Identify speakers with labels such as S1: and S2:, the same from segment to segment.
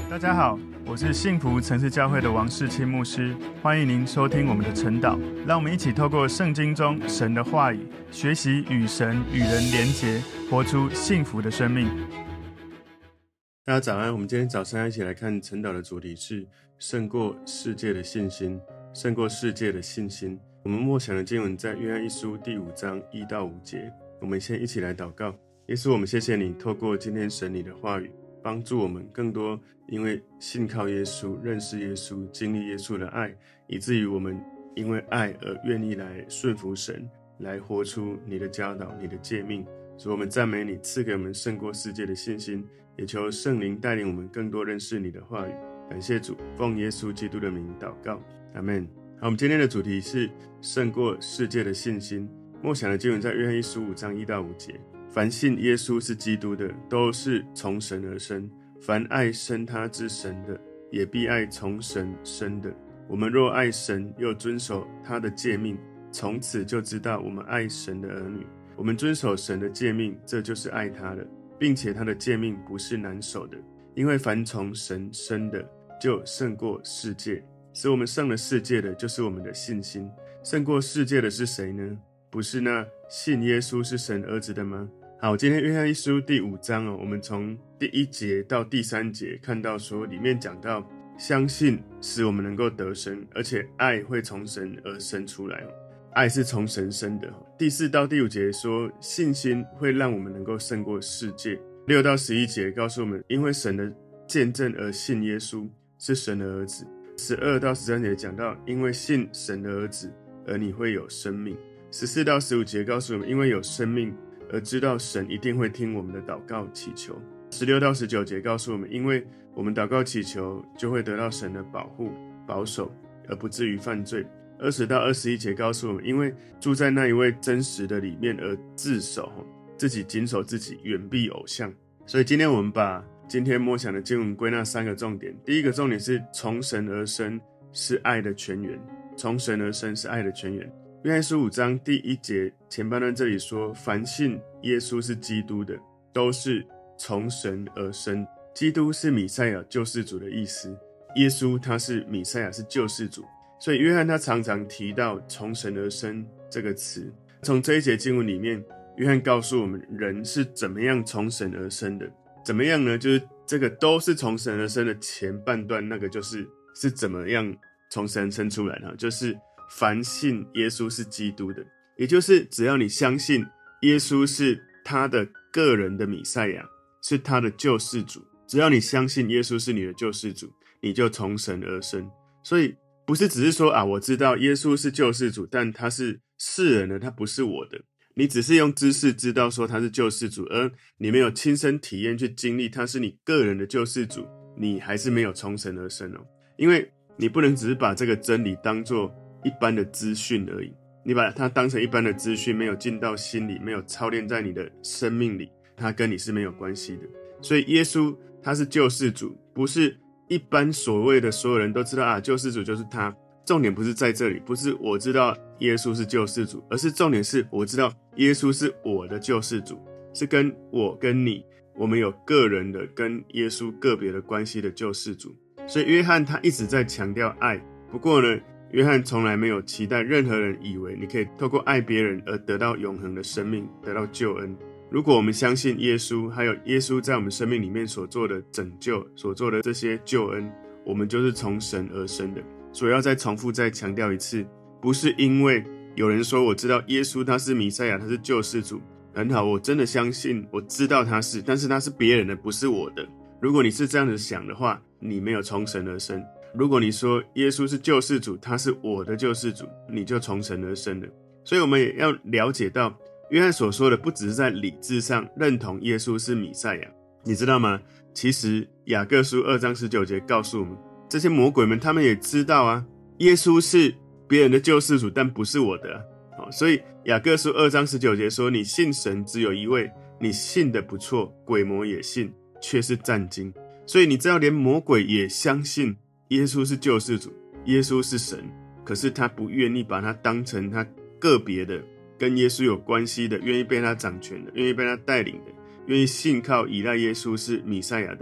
S1: 大家好，我是幸福城市教会的王世清牧师，欢迎您收听我们的晨祷。让我们一起透过圣经中神的话语，学习与神与人连结，活出幸福的生命。
S2: 大家早安，我们今天早上一起来看晨祷的主题是胜过世界的信心。胜过世界的信心。我们默想的经文在约翰一书第5章1到5节。我们先一起来祷告。耶稣，我们谢谢你透过今天神你的话语，帮助我们更多因为信靠耶稣、认识耶稣、经历耶稣的爱，以至于我们因为爱而愿意来顺服神，来活出你的教导、你的诫命。所以我们赞美你，赐给我们胜过世界的信心，也求圣灵带领我们更多认识你的话语。感谢主，奉耶稣基督的名祷告，阿们。好，我们今天的主题是胜过世界的信心。默想的经文在约翰一书5章1到5节。凡信耶稣是基督的，都是从神而生。凡爱生他之神的，也必爱从神生的。我们若爱神，又遵守他的诫命，从此就知道我们爱神的儿女。我们遵守神的诫命，这就是爱他的，并且他的诫命不是难守的。因为凡从神生的，就胜过世界。使我们胜了世界的，就是我们的信心。胜过世界的是谁呢？不是那信耶稣是神儿子的吗？好，今天约翰一书第5章我们从第1节到第3节看到说，里面讲到相信使我们能够得生，而且爱会从神而生出来，爱是从神生的。第4到第5节说，信心会让我们能够胜过世界。6到11节告诉我们，因为神的见证而信耶稣是神的儿子。12到13节讲到，因为信神的儿子而你会有生命。14到15节告诉我们，因为有生命而知道神一定会听我们的祷告祈求。16到19节告诉我们，因为我们祷告祈求就会得到神的保护保守，而不至于犯罪。20到21节告诉我们，因为住在那一位真实的里面而自守，自己谨守自己，远避偶像。所以今天我们把今天默想的经文归纳3个重点。第一个重点是从神而生是爱的泉源，从神而生是爱的泉源。约翰书5章第1节前半段这里说，凡信耶稣是基督的，都是从神而生。基督是弥赛亚救世主的意思，耶稣他是弥赛亚，是救世主。所以约翰他常常提到从神而生这个词。从这一节经文里面，约翰告诉我们人是怎么样从神而生的。怎么样呢？就是这个都是从神而生的前半段，那个是怎么样从神生出来的，就是凡信耶稣是基督的，也就是只要你相信耶稣是他的个人的弥赛亚，是他的救世主，只要你相信耶稣是你的救世主，你就从神而生。所以不是只是说我知道耶稣是救世主，但他是世人的，他不是我的。你只是用知识知道说他是救世主，而你没有亲身体验去经历他是你个人的救世主，你还是没有从神而生因为你不能只是把这个真理当作一般的资讯而已，你把它当成一般的资讯，没有进到心里，没有操练在你的生命里，它跟你是没有关系的。所以耶稣他是救世主，不是一般所谓的所有人都知道救世主就是他。重点不是在这里，不是我知道耶稣是救世主，而是重点是我知道耶稣是我的救世主，是跟我跟你，我们有个人的跟耶稣个别的关系的救世主。所以约翰他一直在强调爱，不过呢，约翰从来没有期待任何人以为你可以透过爱别人而得到永恒的生命，得到救恩。如果我们相信耶稣，还有耶稣在我们生命里面所做的拯救，所做的这些救恩，我们就是从神而生的。所以要再重复再强调一次，不是因为有人说我知道耶稣他是弥赛亚，他是救世主，很好，我真的相信，我知道他是，但是他是别人的，不是我的。如果你是这样子想的话，你没有从神而生。如果你说耶稣是救世主，他是我的救世主，你就从神而生了。所以我们也要了解到，约翰所说的不只是在理智上认同耶稣是弥赛亚，你知道吗？其实雅各书2章19节告诉我们，这些魔鬼们他们也知道耶稣是别人的救世主，但不是我的所以雅各书2章19节说，你信神只有一位，你信的不错，鬼魔也信，却是战惊。所以你知道连魔鬼也相信耶稣是救世主，耶稣是神，可是他不愿意把他当成他个别的跟耶稣有关系的，愿意被他掌权的，愿意被他带领的，愿意信靠依赖耶稣是弥赛亚的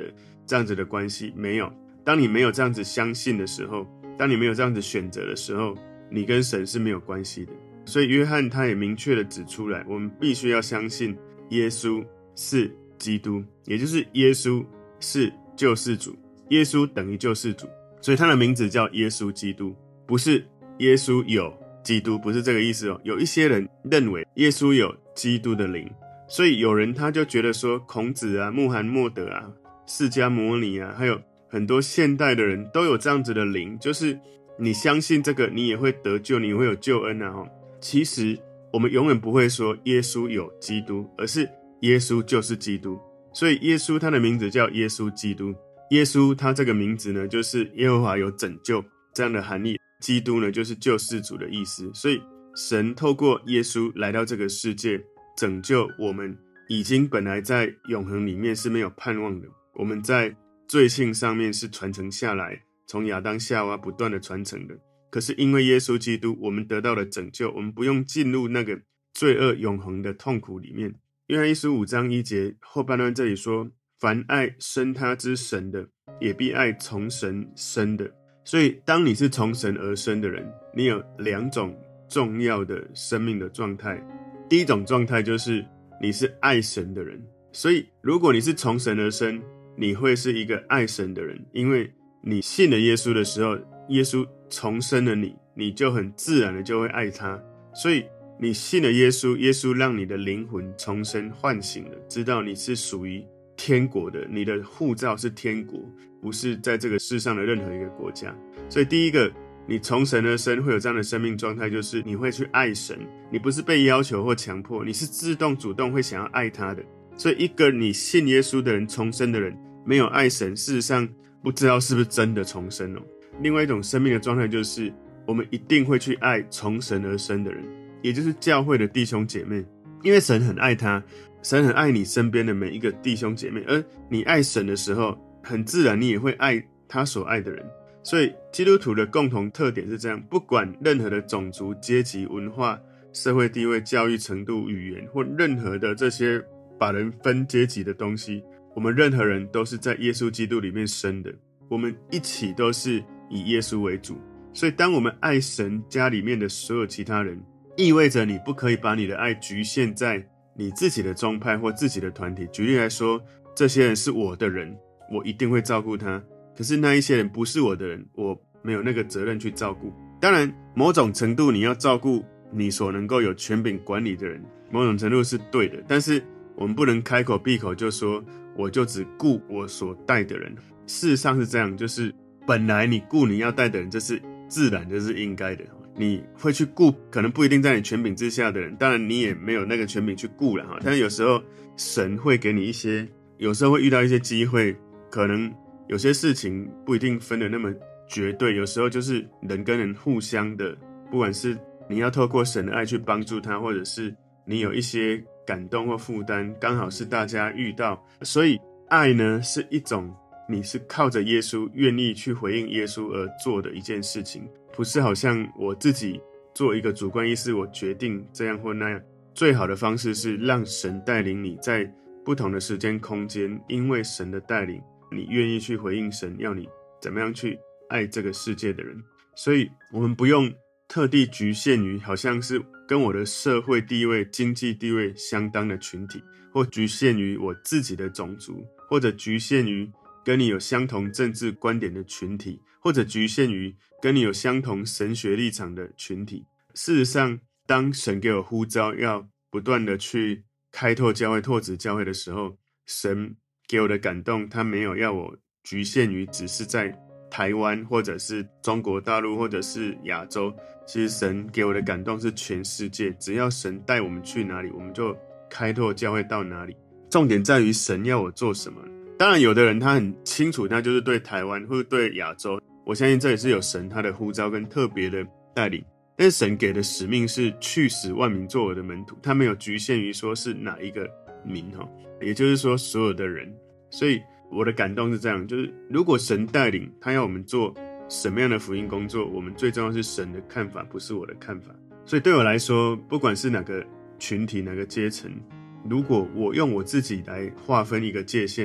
S2: 这样子的关系，没有。当你没有这样子相信的时候，当你没有这样子选择的时候，你跟神是没有关系的。所以约翰他也明确的指出来，我们必须要相信耶稣是基督，也就是耶稣是救世主，耶稣等于救世主，所以他的名字叫耶稣基督，不是耶稣有基督，不是这个意思哦。有一些人认为耶稣有基督的灵，所以有人他就觉得说，孔子啊、穆罕默德啊、释迦牟尼啊，还有很多现代的人都有这样子的灵，就是你相信这个，你也会得救，你也会有救恩啊。其实我们永远不会说耶稣有基督，而是耶稣就是基督。所以耶稣他的名字叫耶稣基督，耶稣他这个名字呢，就是耶和华有拯救这样的含义，基督呢就是救世主的意思。所以神透过耶稣来到这个世界，拯救我们已经本来在永恒里面是没有盼望的，我们在罪性上面是传承下来，从亚当夏娃不断的传承的。可是因为耶稣基督，我们得到了拯救，我们不用进入那个罪恶永恒的痛苦里面。约翰一书5章1节后半段这里说，凡爱生他之神的，也必爱从神生的。所以当你是从神而生的人，你有2种重要的生命的状态。第一种状态就是你是爱神的人，所以如果你是从神而生，你会是一个爱神的人，因为你信了耶稣的时候，耶稣重生了你，你就很自然的就会爱他。所以你信了耶稣，耶稣让你的灵魂重生唤醒了，知道你是属于天国的，你的护照是天国，不是在这个世上的任何一个国家。所以第一个，你从神而生会有这样的生命状态，就是你会去爱神，你不是被要求或强迫，你是自动主动会想要爱他的。所以一个你信耶稣的人，重生的人，没有爱神，事实上不知道是不是真的重生哦。另外一种生命的状态就是，我们一定会去爱从神而生的人，也就是教会的弟兄姐妹，因为神很爱他，神很爱你身边的每一个弟兄姐妹，而你爱神的时候，很自然你也会爱他所爱的人。所以基督徒的共同特点是这样，不管任何的种族、阶级、文化、社会地位、教育程度、语言，或任何的这些把人分阶级的东西，我们任何人都是在耶稣基督里面生的，我们一起都是以耶稣为主。所以当我们爱神家里面的所有其他人，意味着你不可以把你的爱局限在你自己的宗派或自己的团体。举例来说，这些人是我的人，我一定会照顾他，可是那一些人不是我的人，我没有那个责任去照顾。当然某种程度你要照顾你所能够有权柄管理的人，某种程度是对的，但是我们不能开口闭口就说我就只顾我所带的人。事实上是这样，就是本来你顾你要带的人，这是自然，这是应该的。你会去顾可能不一定在你权柄之下的人，当然你也没有那个权柄去顾了，但是有时候神会给你一些，有时候会遇到一些机会，可能有些事情不一定分得那么绝对，有时候就是人跟人互相的，不管是你要透过神的爱去帮助他，或者是你有一些感动或负担，刚好是大家遇到。所以爱呢，是一种你是靠着耶稣愿意去回应耶稣而做的一件事情，不是好像我自己做一个主观意识，我决定这样或那样。最好的方式是让神带领你在不同的时间空间，因为神的带领，你愿意去回应神要你怎么样去爱这个世界的人。所以我们不用特地局限于好像是跟我的社会地位、经济地位相当的群体，或局限于我自己的种族，或者局限于跟你有相同政治观点的群体，或者局限于跟你有相同神学立场的群体。事实上，当神给我呼召要不断的去开拓教会、拓殖教会的时候，神给我的感动，他没有要我局限于只是在台湾，或者是中国大陆，或者是亚洲。其实神给我的感动是全世界，只要神带我们去哪里，我们就开拓教会到哪里。重点在于神要我做什么。当然有的人他很清楚，他就是对台湾或者对亚洲，我相信这也是有神他的呼召跟特别的带领。但是神给的使命是去使万民做我的门徒，他没有局限于说是哪一个民，也就是说所有的人。所以我的感动是这样，就是如果神带领他要我们做什么样的福音工作，我们最重要是神的看法，不是我的看法。所以对我来说，不管是哪个群体哪个阶层，如果我用我自己来划分一个界限，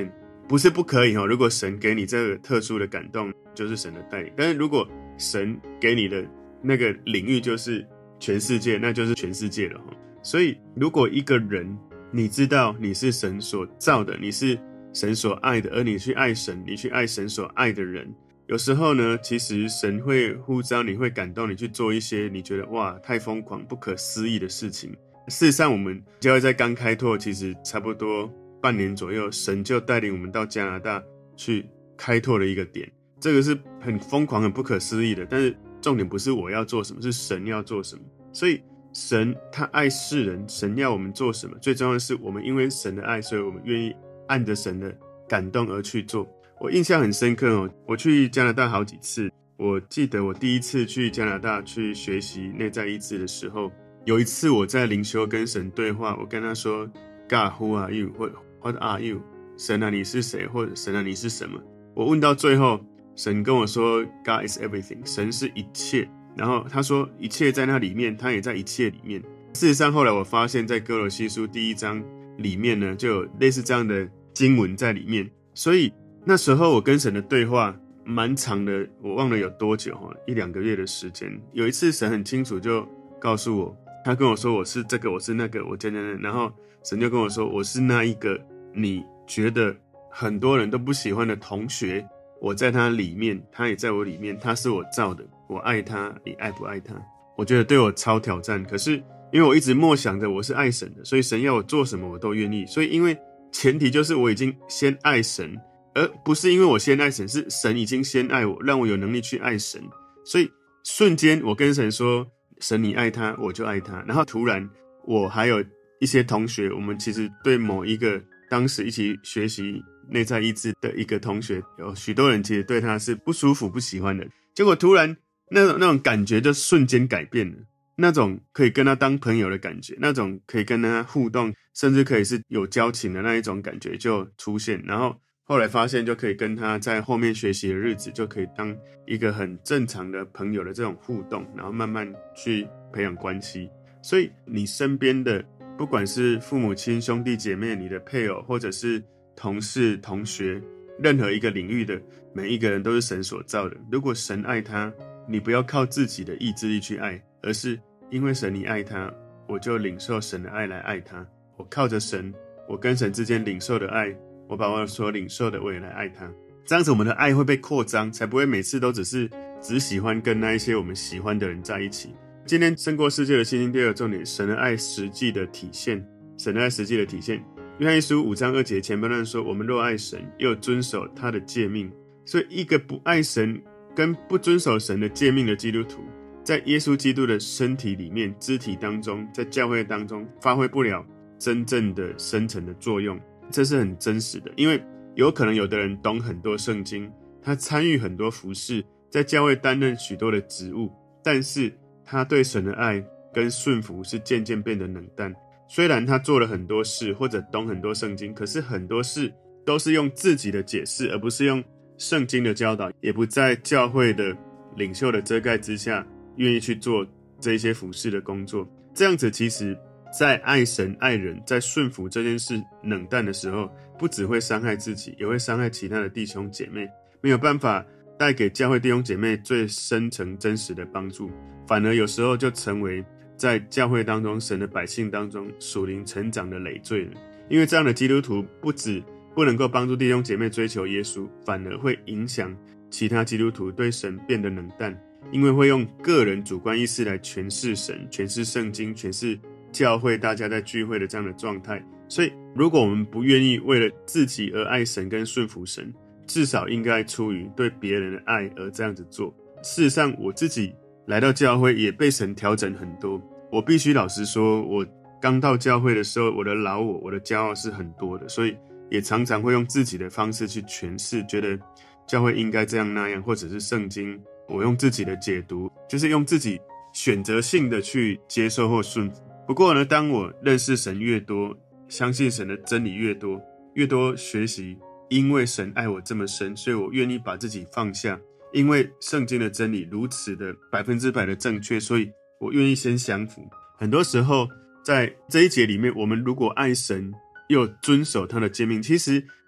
S2: 不是不可以如果神给你这个特殊的感动，就是神的带领。但是如果神给你的那个领域就是全世界，那就是全世界了。所以如果一个人你知道你是神所造的，你是神所爱的，而你去爱神，你去爱神所爱的人，有时候呢，其实神会呼召你，会感动你去做一些你觉得哇太疯狂不可思议的事情。事实上我们教会在刚开拓其实差不多半年左右，神就带领我们到加拿大去开拓了一个点，这个是很疯狂很不可思议的。但是重点不是我要做什么，是神要做什么。所以神他爱世人，神要我们做什么，最重要的是我们因为神的爱，所以我们愿意按着神的感动而去做。我印象很深刻我去加拿大好几次。我记得我第一次去加拿大去学习内在医治的时候，有一次我在灵修跟神对话，我跟他说 God who are you 或 What are you， 神啊你是谁，或者神啊你是什么。我问到最后，神跟我说 God is everything， 神是一切，然后他说一切在那里面，他也在一切里面。事实上后来我发现在哥罗西书第1章里面呢，就有类似这样的经文在里面。所以那时候我跟神的对话蛮长的，我忘了有多久1-2个月的时间。有一次神很清楚就告诉我，他跟我说我是这个，我是那个，我这样，然后神就跟我说我是那一个你觉得很多人都不喜欢的同学，我在他里面，他也在我里面，他是我造的，我爱他，你爱不爱他？我觉得对我超挑战，可是因为我一直默想着我是爱神的，所以神要我做什么我都愿意。所以因为前提就是我已经先爱神，而不是因为我先爱神，是神已经先爱我，让我有能力去爱神。所以瞬间我跟神说，神你爱他，我就爱他。然后突然我还有一些同学，我们其实对某一个当时一起学习内在医治的一个同学，有许多人其实对他是不舒服不喜欢的，结果突然那种感觉就瞬间改变了，那种可以跟他当朋友的感觉，那种可以跟他互动，甚至可以是有交情的那一种感觉就出现。然后后来发现就可以跟他在后面学习的日子就可以当一个很正常的朋友的这种互动，然后慢慢去培养关系。所以你身边的不管是父母亲兄弟姐妹，你的配偶，或者是同事同学，任何一个领域的每一个人都是神所造的。如果神爱他，你不要靠自己的意志力去爱，而是因为神你爱他，我就领受神的爱来爱他。我靠着神，我跟神之间领受的爱，我把我所领受的我也来爱他。这样子我们的爱会被扩张，才不会每次都只喜欢跟那一些我们喜欢的人在一起。今天胜过世界的信心第二个重点，神的爱实际的体现。神的爱实际的体现，约翰一书5章2节前半段说，我们若爱神，又遵守他的诫命。所以一个不爱神跟不遵守神的诫命的基督徒，在耶稣基督的身体里面，肢体当中，在教会当中发挥不了真正的深层的作用。这是很真实的，因为有可能有的人懂很多圣经，他参与很多服事，在教会担任许多的职务，但是他对神的爱跟顺服是渐渐变得冷淡。虽然他做了很多事，或者懂很多圣经，可是很多事都是用自己的解释，而不是用圣经的教导，也不在教会的领袖的遮盖之下愿意去做这些服事的工作。这样子其实在爱神爱人，在顺服这件事冷淡的时候，不只会伤害自己，也会伤害其他的弟兄姐妹，没有办法带给教会弟兄姐妹最深层真实的帮助，反而有时候就成为在教会当中神的百姓当中属灵成长的累赘了。因为这样的基督徒不只不能够帮助弟兄姐妹追求耶稣，反而会影响其他基督徒对神变得冷淡，因为会用个人主观意识来诠释神，诠释圣经，诠释教会大家在聚会的这样的状态。所以如果我们不愿意为了自己而爱神跟顺服神，至少应该出于对别人的爱而这样子做。事实上我自己来到教会也被神调整很多，我必须老实说，我刚到教会的时候，我的老我的骄傲是很多的，所以也常常会用自己的方式去诠释，觉得教会应该这样那样，或者是圣经我用自己的解读，就是用自己选择性的去接受或顺服。不过呢，当我认识神越多，相信神的真理越多学习，因为神爱我这么深，所以我愿意把自己放下，因为圣经的真理如此的100%的正确，所以我愿意先降服。很多时候在这一节里面，我们如果爱神又遵守他的诫命，其实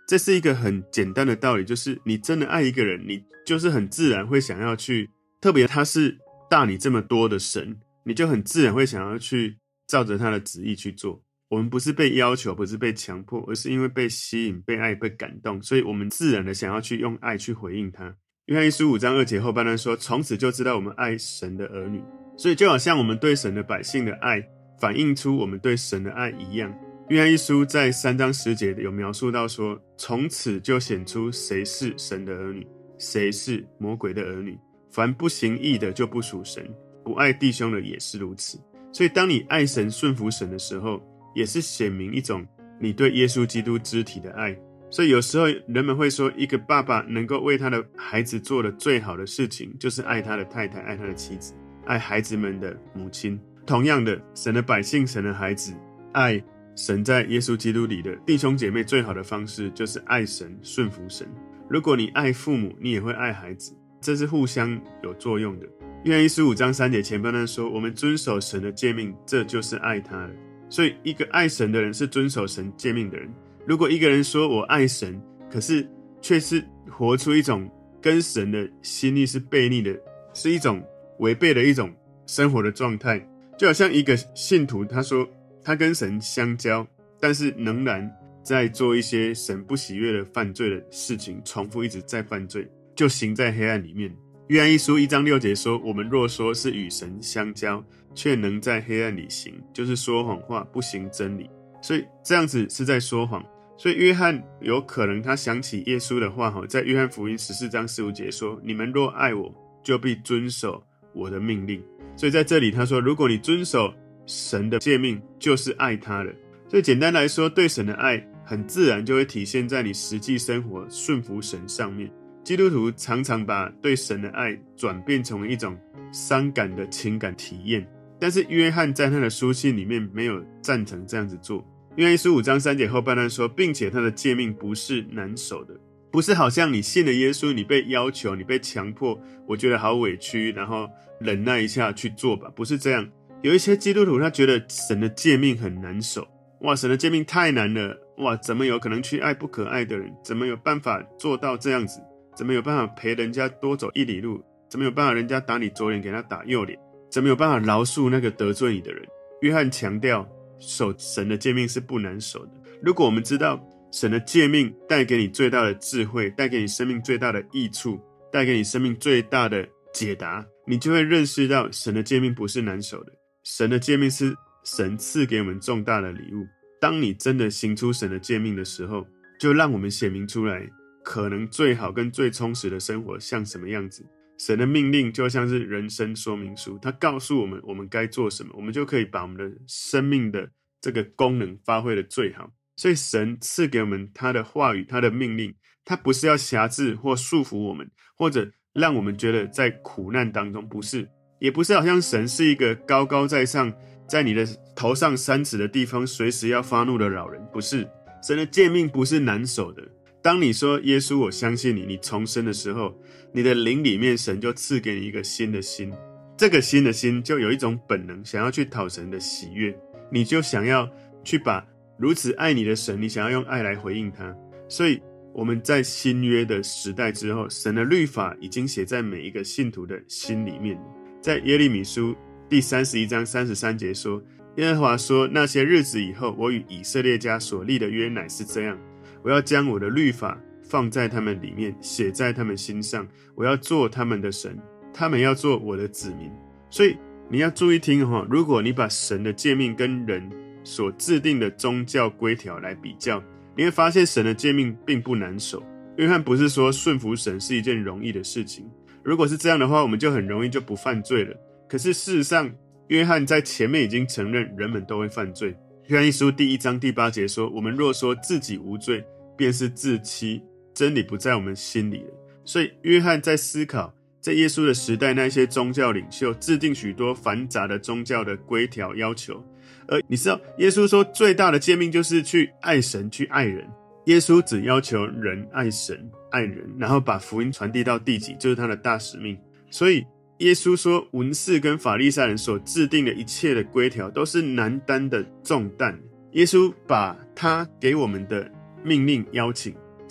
S2: 这是一个很简单的道理，就是你真的爱一个人，你就是很自然会想要去，特别他是大你这么多的神，你就很自然会想要去照着他的旨意去做。我们不是被要求，不是被强迫，而是因为被吸引、被爱、被感动，所以我们自然的想要去用爱去回应他。约翰一书5章2节后半段说，从此就知道我们爱神的儿女。所以就好像我们对神的百姓的爱反映出我们对神的爱一样。约翰一书在3章10节有描述到说，从此就显出谁是神的儿女，谁是魔鬼的儿女。凡不行义的就不属神，不爱弟兄的也是如此。所以当你爱神、顺服神的时候，也是显明一种你对耶稣基督肢体的爱。所以有时候人们会说，一个爸爸能够为他的孩子做的最好的事情，就是爱他的太太、爱他的妻子、爱孩子们的母亲。同样的，神的百姓、神的孩子爱神在耶稣基督里的弟兄姐妹，最好的方式就是爱神、顺服神。如果你爱父母，你也会爱孩子，这是互相有作用的。约翰一书5章3节前半段说，我们遵守神的诫命，这就是爱他了。所以一个爱神的人是遵守神诫命的人。如果一个人说我爱神，可是却是活出一种跟神的心意是背逆的，是一种违背的一种生活的状态，就好像一个信徒，他说他跟神相交，但是仍然在做一些神不喜悦的犯罪的事情，重复一直在犯罪，就行在黑暗里面。约翰一书1章6节说，我们若说是与神相交，却能在黑暗里行，就是说谎话，不行真理。所以这样子是在说谎。所以约翰有可能他想起耶稣的话，在约翰福音14章15节说，你们若爱我，就必遵守我的命令。所以在这里他说，如果你遵守神的诫命，就是爱他了。所以简单来说，对神的爱很自然就会体现在你实际生活顺服神上面。基督徒常常把对神的爱转变成为一种伤感的情感体验，但是约翰在他的书信里面没有赞成这样子做。约翰一书5章3节后半段说，并且他的诫命不是难守的，不是好像你信了耶稣，你被要求，你被强迫，我觉得好委屈，然后忍耐一下去做吧，不是这样。有一些基督徒他觉得神的诫命很难守，哇，神的诫命太难了，哇，怎么有可能去爱不可爱的人？怎么有办法做到这样子？怎么有办法陪人家多走1里路？怎么有办法人家打你左脸给他打右脸？怎么有办法饶恕那个得罪你的人？约翰强调守神的诫命是不难守的。如果我们知道神的诫命带给你最大的智慧，带给你生命最大的益处，带给你生命最大的解答，你就会认识到神的诫命不是难守的。神的诫命是神赐给我们重大的礼物。当你真的行出神的诫命的时候，就让我们显明出来可能最好跟最充实的生活像什么样子。神的命令就像是人生说明书，它告诉我们我们该做什么，我们就可以把我们的生命的这个功能发挥的最好。所以神赐给我们他的话语，他的命令，他不是要辖制或束缚我们，或者让我们觉得在苦难当中，不是，也不是好像神是一个高高在上，在你的头上3尺的地方随时要发怒的老人，不是。神的诫命不是难守的。当你说耶稣我相信你，你重生的时候，你的灵里面神就赐给你一个新的心，这个新的心就有一种本能想要去讨神的喜悦，你就想要去把如此爱你的神，你想要用爱来回应他。所以我们在新约的时代之后，神的律法已经写在每一个信徒的心里面。在耶利米书第31章33节说，耶和华说，那些日子以后，我与以色列家所立的约乃是这样，我要将我的律法放在他们里面，写在他们心上，我要做他们的神，他们要做我的子民。所以你要注意听，如果你把神的诫命跟人所制定的宗教规条来比较，你会发现神的诫命并不难守。约翰不是说顺服神是一件容易的事情，如果是这样的话，我们就很容易就不犯罪了。可是事实上，约翰在前面已经承认人们都会犯罪。约翰一书第1章第8节说，我们若说自己无罪，便是自欺，真理不在我们心里了。所以约翰在思考在耶稣的时代，那些宗教领袖制定许多繁杂的宗教的规条要求，而你知道耶稣说最大的诫命就是去爱神，去爱人。耶稣只要求人爱神爱人，然后把福音传递到地极，就是他的大使命。所以耶稣说，文士跟法利赛人所制定的一切的规条都是难担的重担。耶稣把他给我们的命令邀请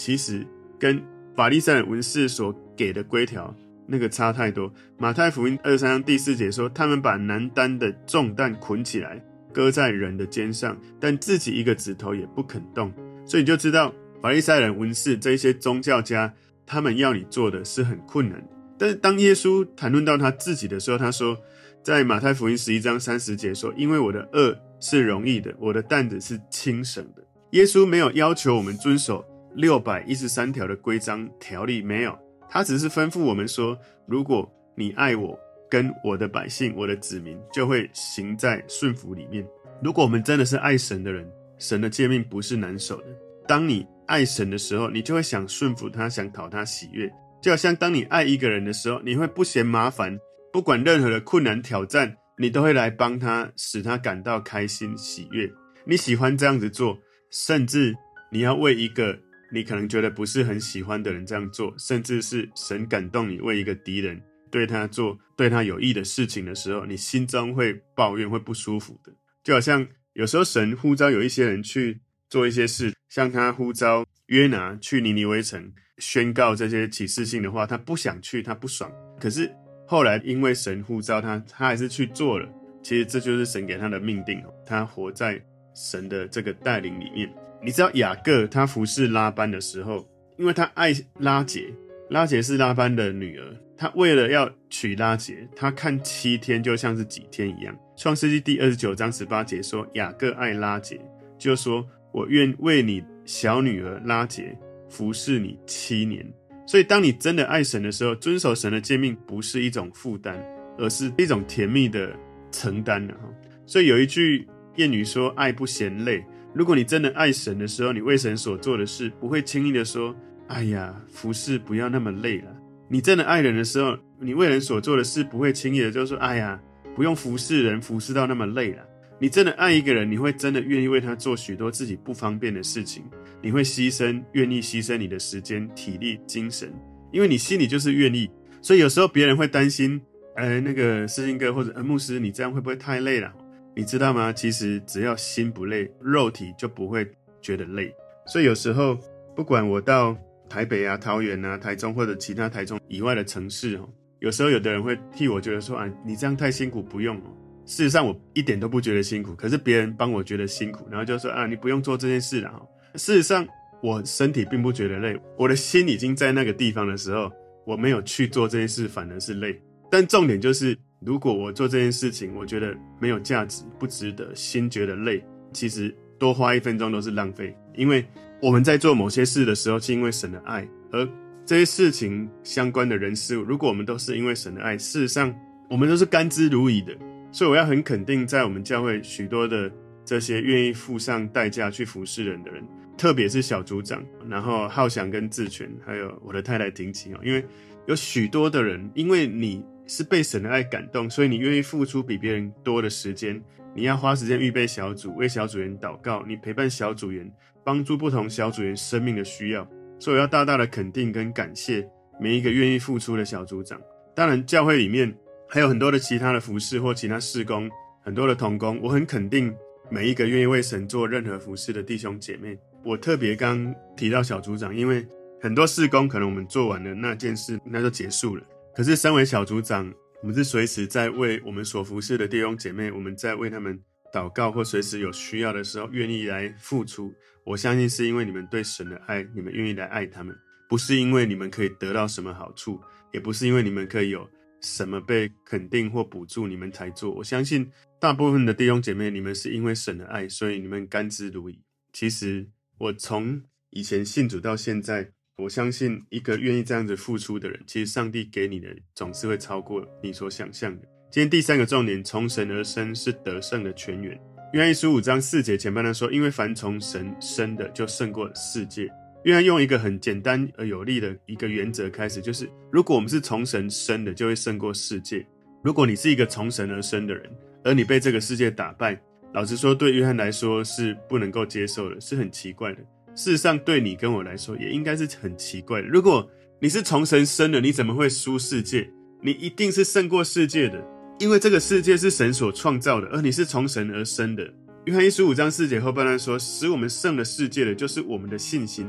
S2: 其实跟法利赛人文士所给的规条那个差太多。马太福音23章第4节说，他们把难担的重担捆起来，搁在人的肩上，但自己一个指头也不肯动。所以你就知道法利赛人文士这些宗教家，他们要你做的是很困难的。但是当耶稣谈论到他自己的时候，他说在马太福音11章30节说，因为我的轭是容易的，我的担子是轻省的。耶稣没有要求我们遵守613条的规章条例，没有，他只是吩咐我们说，如果你爱我跟我的百姓，我的子民，就会行在顺服里面。如果我们真的是爱神的人，神的诫命不是难守的。当你爱神的时候，你就会想顺服他，想讨他喜悦。就好像当你爱一个人的时候，你会不嫌麻烦，不管任何的困难挑战，你都会来帮他，使他感到开心喜悦。你喜欢这样子做，甚至你要为一个你可能觉得不是很喜欢的人这样做，甚至是神感动你为一个敌人对他做对他有益的事情的时候，你心中会抱怨，会不舒服的。就好像有时候神呼召有一些人去做一些事，像他呼召约拿去尼尼微城宣告这些启示性的话，他不想去，他不爽，可是后来因为神呼召他还是去做了。其实这就是神给他的命定，他活在神的这个带领里面。你知道雅各他服侍拉班的时候，因为他爱拉结，拉结是拉班的女儿，他为了要娶拉结，他看7天就像是几天一样。创世纪第29章18节说，雅各爱拉结，就说我愿为你小女儿拉结服侍你7年。所以当你真的爱神的时候，遵守神的诫命不是一种负担，而是一种甜蜜的承担。所以有一句谚语说，爱不嫌累。如果你真的爱神的时候，你为神所做的事不会轻易的说，哎呀，服侍不要那么累了。你真的爱人的时候，你为人所做的事不会轻易的就说，哎呀，不用服侍人服侍到那么累了。你真的爱一个人，你会真的愿意为他做许多自己不方便的事情，你会愿意牺牲你的时间、体力、精神，因为你心里就是愿意。所以有时候别人会担心，那个世新哥或者牧师，你这样会不会太累了？你知道吗？其实只要心不累，肉体就不会觉得累。所以有时候不管我到台北啊、桃园啊、台中或者其他台中以外的城市，有时候有的人会替我觉得说，你这样太辛苦，不用。事实上我一点都不觉得辛苦，可是别人帮我觉得辛苦，然后就说，你不用做这件事了。事实上我身体并不觉得累，我的心已经在那个地方的时候，我没有去做这件事反而是累。但重点就是，如果我做这件事情我觉得没有价值，不值得，心觉得累，其实多花1分钟都是浪费。因为我们在做某些事的时候是因为神的爱，而这些事情相关的人事物，如果我们都是因为神的爱，事实上我们都是甘之如饴的。所以我要很肯定在我们教会许多的这些愿意付上代价去服侍人的人，特别是小组长，然后浩翔跟志全，还有我的太太婷琪，因为有许多的人，因为你是被神的爱感动，所以你愿意付出比别人多的时间，你要花时间预备小组，为小组员祷告，你陪伴小组员，帮助不同小组员生命的需要。所以我要大大的肯定跟感谢每一个愿意付出的小组长。当然教会里面还有很多的其他的服事或其他事工，很多的同工，我很肯定每一个愿意为神做任何服事的弟兄姐妹。我特别刚提到小组长，因为很多事工可能我们做完了那件事那就结束了，可是身为小组长，我们是随时在为我们所服事的弟兄姐妹，我们在为他们祷告，或随时有需要的时候愿意来付出。我相信是因为你们对神的爱，你们愿意来爱他们，不是因为你们可以得到什么好处，也不是因为你们可以有什么被肯定或补助你们才做。我相信大部分的弟兄姐妹，你们是因为神的爱，所以你们甘之如饴。其实我从以前信主到现在，我相信一个愿意这样子付出的人，其实上帝给你的总是会超过你所想象的。今天第3个重点，从神而生是得胜的泉源。约翰一书5章4节前半段说，因为凡从神生的就胜过世界。约翰用一个很简单而有力的一个原则开始，就是如果我们是从神生的，就会胜过世界。如果你是一个从神而生的人，而你被这个世界打败，老实说对约翰来说是不能够接受的，是很奇怪的。事实上对你跟我来说也应该是很奇怪的。如果你是从神生的，你怎么会输世界？你一定是胜过世界的，因为这个世界是神所创造的，而你是从神而生的。约翰一书5章4节后半段说，使我们胜了世界的就是我们的信心。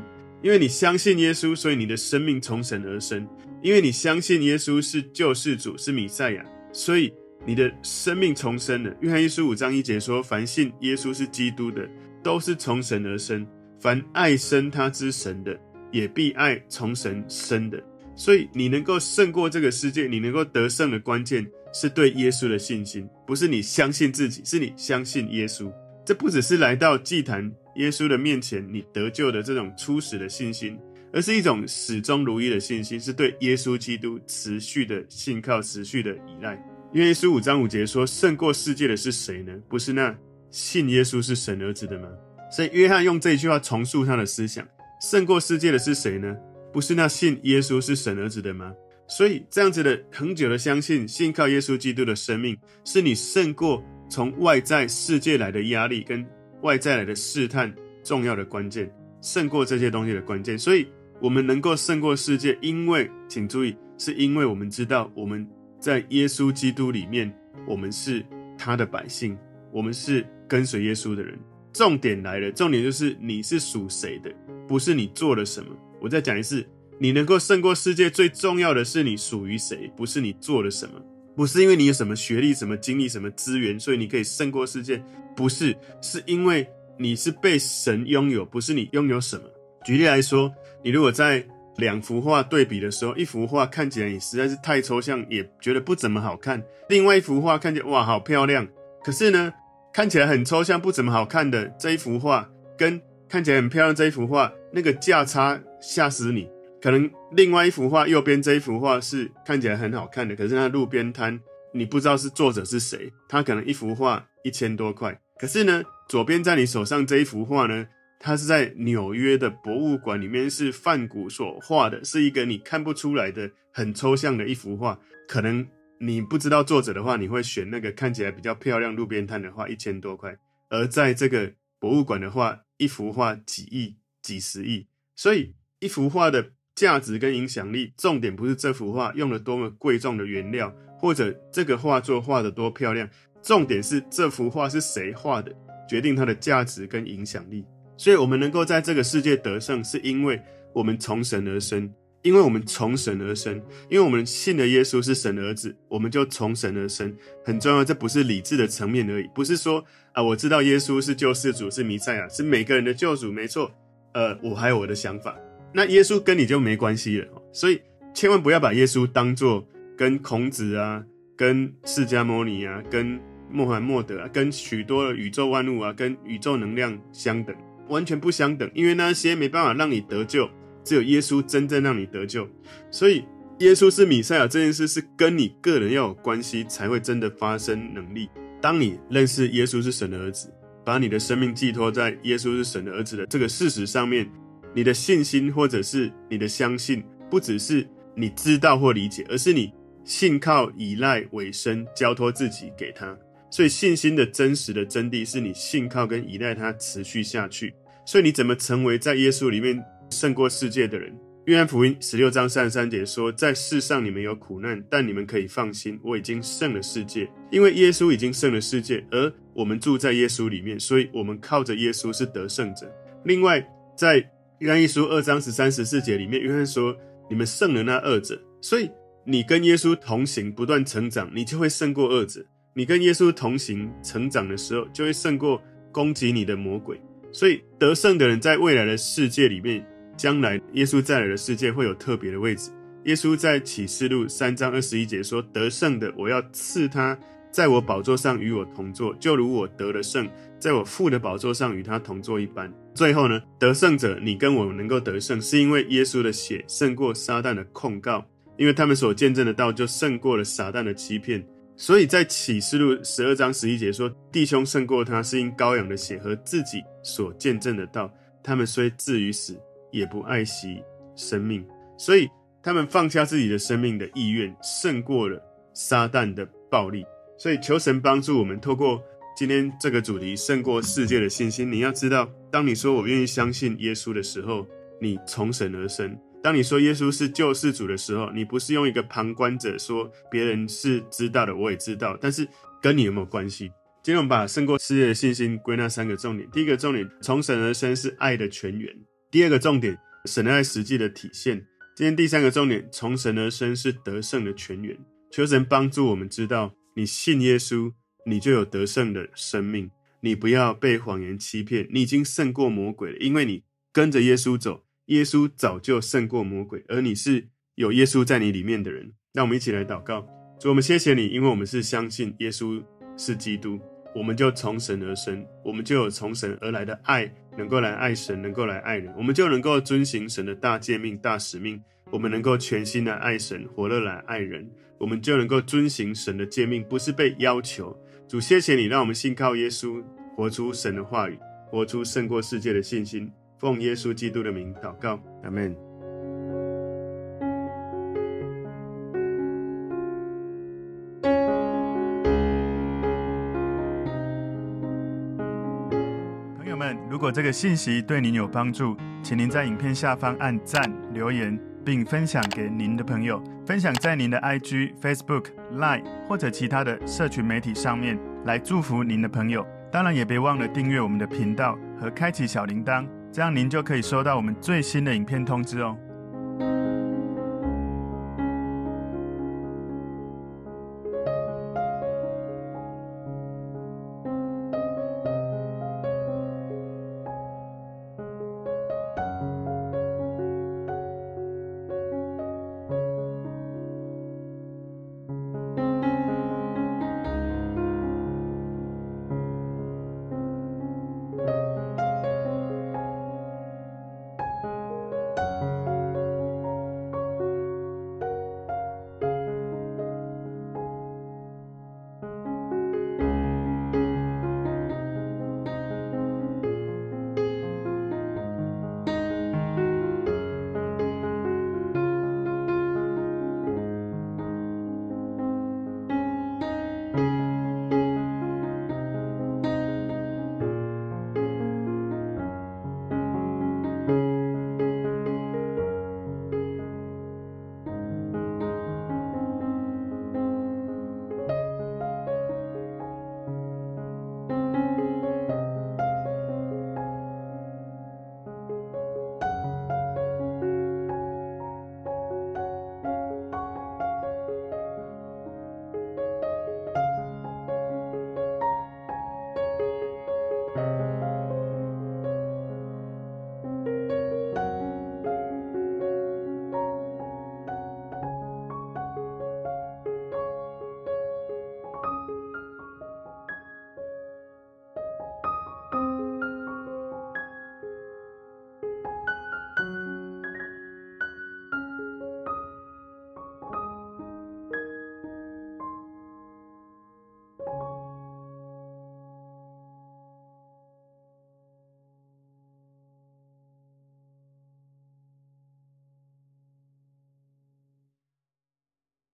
S2: 因为你相信耶稣，所以你的生命从神而生。因为你相信耶稣是救世主，是弥赛亚，所以你的生命重生了。约翰一书5章1节说，凡信耶稣是基督的，都是从神而生。凡爱生他之神的，也必爱从神生的。所以你能够胜过这个世界，你能够得胜的关键是对耶稣的信心，不是你相信自己，是你相信耶稣。这不只是来到祭坛耶稣的面前你得救的这种初始的信心，而是一种始终如一的信心，是对耶稣基督持续的信靠，持续的依赖。约翰一书5章5节说，胜过世界的是谁呢？不是那信耶稣是神儿子的吗？所以约翰用这一句话重塑他的思想，胜过世界的是谁呢？不是那信耶稣是神儿子的吗？所以这样子的恒久的相信，信靠耶稣基督的生命，是你胜过从外在世界来的压力跟外在来的试探重要的关键，胜过这些东西的关键。所以我们能够胜过世界，因为请注意，是因为我们知道我们在耶稣基督里面，我们是他的百姓，我们是跟随耶稣的人。重点来了，重点就是你是属谁的，不是你做了什么。我再讲一次，你能够胜过世界，最重要的是你属于谁，不是你做了什么。不是因为你有什么学历、什么经历、什么资源，所以你可以胜过世界，不是，是因为你是被神拥有，不是你拥有什么。举例来说，你如果在2幅画对比的时候，一幅画看起来你实在是太抽象，也觉得不怎么好看，另外一幅画看起来哇好漂亮，可是呢看起来很抽象不怎么好看的这一幅画，跟看起来很漂亮这一幅画，那个价差吓死你。可能另外一幅画右边这一幅画是看起来很好看的，可是那路边摊你不知道是作者是谁，他可能一幅画1000多块，可是呢左边在你手上这一幅画呢，它是在纽约的博物馆里面是梵谷所画的，是一个你看不出来的很抽象的一幅画。可能你不知道作者的话，你会选那个看起来比较漂亮路边摊的画1000多块，而在这个博物馆的话，一幅画几亿几十亿。所以一幅画的价值跟影响力，重点不是这幅画用了多么贵重的原料，或者这个画作画得多漂亮，重点是这幅画是谁画的，决定它的价值跟影响力。所以我们能够在这个世界得胜，是因为我们从神而生，因为我们从神而生，因为我们信的耶稣是神儿子，我们就从神而生。很重要，这不是理智的层面而已，不是说我知道耶稣是救世主，是弥赛亚，是每个人的救主，没错。我还有我的想法，那耶稣跟你就没关系了。所以千万不要把耶稣当作跟孔子啊，跟释迦牟尼啊，跟穆罕默德啊，跟许多的宇宙万物啊，跟宇宙能量相等，完全不相等，因为那些没办法让你得救，只有耶稣真正让你得救。所以耶稣是弥赛亚这件事是跟你个人要有关系，才会真的发生能力。当你认识耶稣是神的儿子，把你的生命寄托在耶稣是神的儿子的这个事实上面，你的信心或者是你的相信，不只是你知道或理解，而是你信靠、依赖、委身、交托自己给他。所以信心的真实的真谛是你信靠跟依赖他持续下去。所以你怎么成为在耶稣里面胜过世界的人？约翰福音16章33节说，在世上你们有苦难，但你们可以放心，我已经胜了世界。因为耶稣已经胜了世界，而我们住在耶稣里面，所以我们靠着耶稣是得胜者。另外在约翰一书2章13、14节里面，约翰说你们胜了那恶者。所以你跟耶稣同行，不断成长，你就会胜过恶者。你跟耶稣同行成长的时候，就会胜过攻击你的魔鬼。所以得胜的人在未来的世界里面，将来耶稣再来的世界会有特别的位置。耶稣在启示录3章21节说，得胜的我要赐他在我宝座上与我同坐，就如我得了胜，在我父的宝座上与他同坐一般。最后呢，得胜者你跟我能够得胜，是因为耶稣的血胜过撒旦的控告，因为他们所见证的道就胜过了撒旦的欺骗。所以在启示录12章11节说，弟兄胜过他，是因羔羊的血和自己所见证的道，他们虽至于死，也不爱惜生命。所以他们放下自己的生命的意愿，胜过了撒旦的暴力。所以求神帮助我们，透过今天这个主题，胜过世界的信心。你要知道，当你说我愿意相信耶稣的时候，你从神而生。当你说耶稣是救世主的时候，你不是用一个旁观者说别人是知道的，我也知道，但是跟你有没有关系？今天我们把胜过世界的信心归纳3个重点。第一个重点，从神而生是爱的泉源。第二个重点， 神的爱实际的体现。今天第3个重点，从神而生是得胜的泉源。求神帮助我们知道，你信耶稣，你就有得胜的生命。你不要被谎言欺骗，你已经胜过魔鬼了，因为你跟着耶稣走，耶稣早就胜过魔鬼，而你是有耶稣在你里面的人。让我们一起来祷告。主，我们谢谢你，因为我们是相信耶稣是基督，我们就从神而生，我们就有从神而来的爱，能够来爱神，能够来爱人，我们就能够遵行神的大诫命、大使命，我们能够全心来爱神，活乐来爱人，我们就能够遵行神的诫命，不是被要求。主，谢谢你，让我们信靠耶稣，活出神的话语，活出胜过世界的信心。奉耶稣基督的名祷告，阿们。
S1: 朋友们，如果这个信息对您有帮助，请您在影片下方按赞、留言，并分享给您的朋友，分享在您的 IG、Facebook、Line 或者其他的社群媒体上面，来祝福您的朋友。当然也别忘了订阅我们的频道和开启小铃铛，这样您就可以收到我们最新的影片通知哦。